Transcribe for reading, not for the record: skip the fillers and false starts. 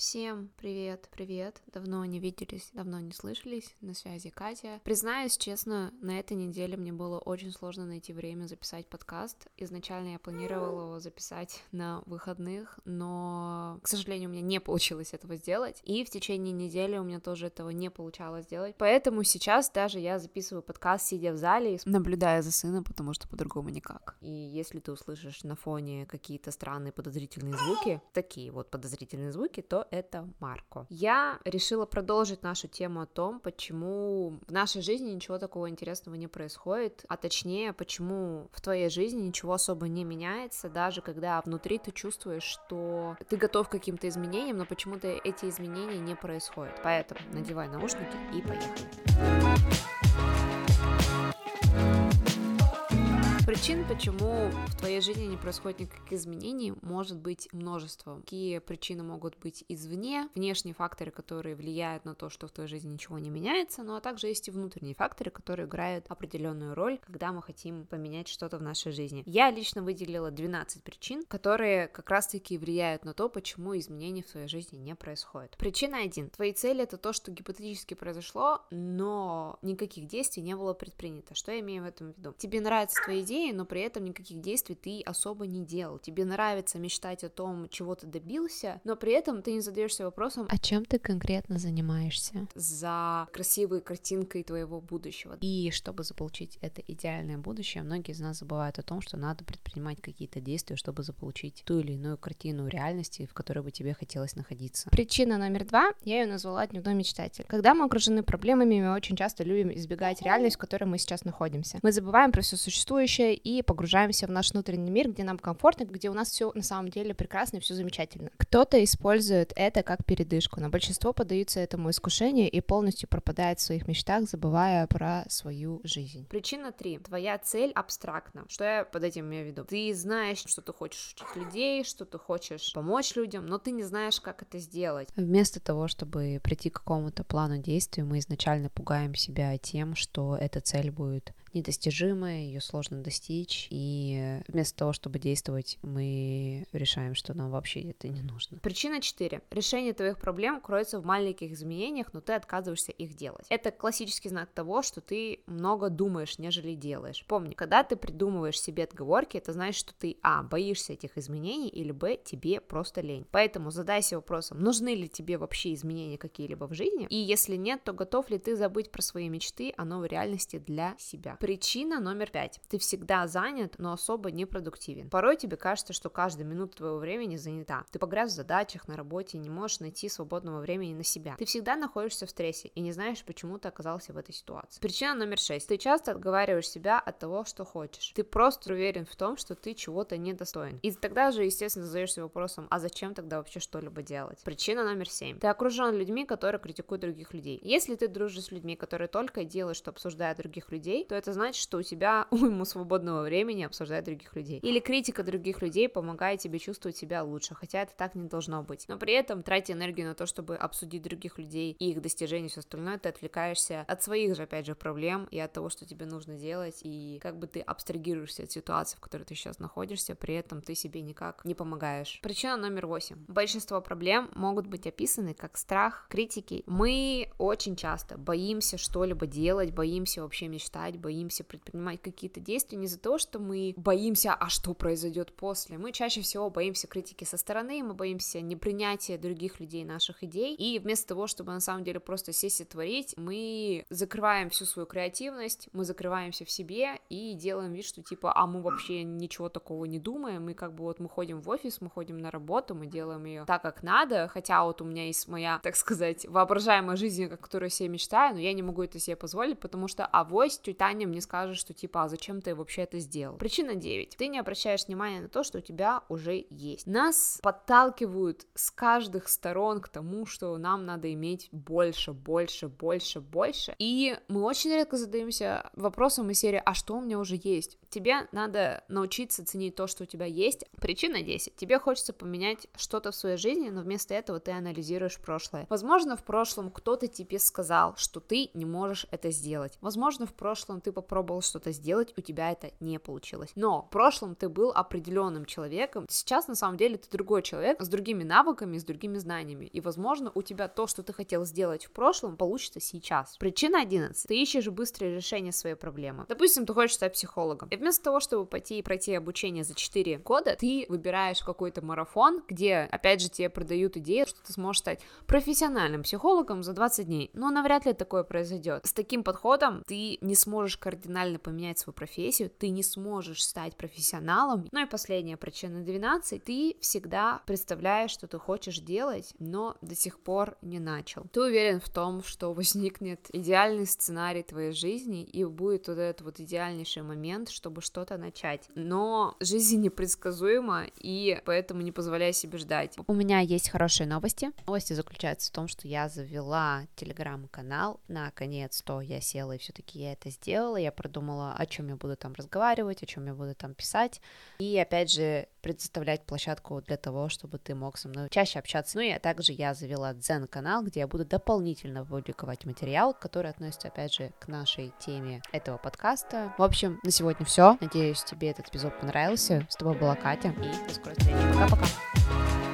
Всем привет, давно не виделись, давно не слышались, на связи Катя. Признаюсь честно, на этой неделе мне было очень сложно найти время записать подкаст. Изначально я планировала его записать на выходных, но, к сожалению, у меня не получилось этого сделать, и в течение недели у меня тоже этого не получалось сделать, поэтому сейчас даже я записываю подкаст, сидя в зале, наблюдая за сыном, потому что по-другому никак. И если ты услышишь на фоне какие-то странные подозрительные звуки, такие вот подозрительные звуки, то это Марко. Я решила продолжить нашу тему о том, почему в нашей жизни ничего такого интересного не происходит, а точнее, почему в твоей жизни ничего особо не меняется, даже когда внутри ты чувствуешь, что ты готов к каким-то изменениям, но почему-то эти изменения не происходят. Поэтому надевай наушники и поехали. Причин, почему в твоей жизни не происходит никаких изменений, может быть множество. Какие причины могут быть извне, внешние факторы, которые влияют на то, что в твоей жизни ничего не меняется, ну а также есть и внутренние факторы, которые играют определенную роль, когда мы хотим поменять что-то в нашей жизни. Я лично выделила 12 причин, которые как раз-таки влияют на то, почему изменений в твоей жизни не происходит. Причина 1. Твои цели — это то, что гипотетически произошло, но никаких действий не было предпринято. Что я имею в этом в виду? Тебе нравятся твои идеи, но при этом никаких действий ты особо не делал. Тебе нравится мечтать о том, чего ты добился, но при этом ты не задаешься вопросом, а чем ты конкретно занимаешься? За красивой картинкой твоего будущего. И чтобы заполучить это идеальное будущее, многие из нас забывают о том, что надо предпринимать какие-то действия, чтобы заполучить ту или иную картину реальности, в которой бы тебе хотелось находиться. Причина номер 2, я ее назвала дневной мечтатель. Когда мы окружены проблемами, мы очень часто любим избегать реальность, в которой мы сейчас находимся. Мы забываем про все существующее и погружаемся в наш внутренний мир, где нам комфортно, где у нас все на самом деле прекрасно и все замечательно. Кто-то использует это как передышку, но большинство поддаются этому искушению и полностью пропадает в своих мечтах, забывая про свою жизнь. Причина 3. Твоя цель абстрактна. Что я под этим имею в виду? Ты знаешь, что ты хочешь учить людей, что ты хочешь помочь людям, но ты не знаешь, как это сделать. Вместо того, чтобы прийти к какому-то плану действий, мы изначально пугаем себя тем, что эта цель будет недостижимая, ее сложно достичь, и вместо того, чтобы действовать, мы решаем, что нам вообще это не нужно. Причина 4. Решение твоих проблем кроется в маленьких изменениях, но ты отказываешься их делать. Это классический знак того, что ты много думаешь, нежели делаешь. Помни, когда ты придумываешь себе отговорки, это значит, что ты боишься этих изменений, или тебе просто лень. Поэтому задайся вопросом, нужны ли тебе вообще изменения какие-либо в жизни, и если нет, то готов ли ты забыть про свои мечты о новой реальности для себя. Причина номер 5. Ты всегда занят, но особо не продуктивен. Порой тебе кажется, что каждая минута твоего времени занята. Ты погряз в задачах на работе и не можешь найти свободного времени на себя. Ты всегда находишься в стрессе и не знаешь, почему ты оказался в этой ситуации. Причина номер 6. Ты часто отговариваешь себя от того, что хочешь. Ты просто уверен в том, что ты чего-то недостоин. И тогда же, естественно, задаешься вопросом, а зачем тогда вообще что-либо делать? Причина номер 7. Ты окружен людьми, которые критикуют других людей. Если ты дружишь с людьми, которые только делают, что обсуждают других людей, то это значит, что у тебя уйму свободного времени обсуждать других людей. Или критика других людей помогает тебе чувствовать себя лучше, хотя это так не должно быть. Но при этом, тратя энергию на то, чтобы обсудить других людей и их достижения и все остальное, ты отвлекаешься от своих же, опять же, проблем и от того, что тебе нужно делать, и как бы ты абстрагируешься от ситуации, в которой ты сейчас находишься, при этом ты себе никак не помогаешь. Причина номер 8. Большинство проблем могут быть описаны как страх, критики. Мы очень часто боимся что-либо делать, боимся вообще мечтать, боимся предпринимать какие-то действия не из-за того, что мы боимся, а что произойдет после. Мы чаще всего боимся критики со стороны, мы боимся непринятия других людей, наших идей, и вместо того, чтобы на самом деле просто сесть и творить, мы закрываем всю свою креативность, мы закрываемся в себе и делаем вид, что типа, мы вообще ничего такого не думаем, и как бы вот мы ходим в офис, мы ходим на работу, мы делаем ее так, как надо, хотя вот у меня есть моя, так сказать, воображаемая жизнь, о которой я себе мечтаю, но я не могу это себе позволить, потому что авось тетя Таня мне скажет, что типа, а зачем ты вообще это сделал? Причина 9. Ты не обращаешь внимания на то, что у тебя уже есть. Нас подталкивают с каждых сторон к тому, что нам надо иметь больше, и мы очень редко задаемся вопросом из серии, а что у меня уже есть? Тебе надо научиться ценить то, что у тебя есть. Причина 10. Тебе хочется поменять что-то в своей жизни, но вместо этого ты анализируешь прошлое. Возможно, в прошлом кто-то тебе сказал, что ты не можешь это сделать. Возможно, в прошлом ты попробовал что-то сделать, у тебя это не получилось. Но в прошлом ты был определенным человеком, сейчас на самом деле ты другой человек с другими навыками, с другими знаниями, и, возможно, у тебя то, что ты хотел сделать в прошлом, получится сейчас. Причина 11. Ты ищешь быстрое решение своей проблемы. Допустим, ты хочешь стать психологом, и вместо того, чтобы пойти и пройти обучение за 4 года, ты выбираешь какой-то марафон, где, опять же, тебе продают идею, что ты сможешь стать профессиональным психологом за 20 дней, но навряд ли такое произойдет. С таким подходом ты не сможешь кардинально поменять свою профессию, ты не сможешь стать профессионалом. Ну и последняя причина 12. Ты всегда представляешь, что ты хочешь делать, но до сих пор не начал. Ты уверен в том, что возникнет идеальный сценарий твоей жизни, и будет вот этот вот идеальнейший момент, чтобы что-то начать. Но жизнь непредсказуема, и поэтому не позволяй себе ждать. У меня есть хорошие новости. Новости заключаются в том, что я завела телеграм-канал. Наконец-то я села, и все-таки я это сделала. Я продумала, о чем я буду там разговаривать, о чем я буду там писать. И опять же, предоставлять площадку для того, чтобы ты мог со мной чаще общаться. Ну и также я завела Дзен-канал, где я буду дополнительно публиковать материал, который относится, опять же, к нашей теме этого подкаста. В общем, на сегодня все. Надеюсь, тебе этот эпизод понравился. С тобой была Катя, и до скорой встречи. Пока-пока.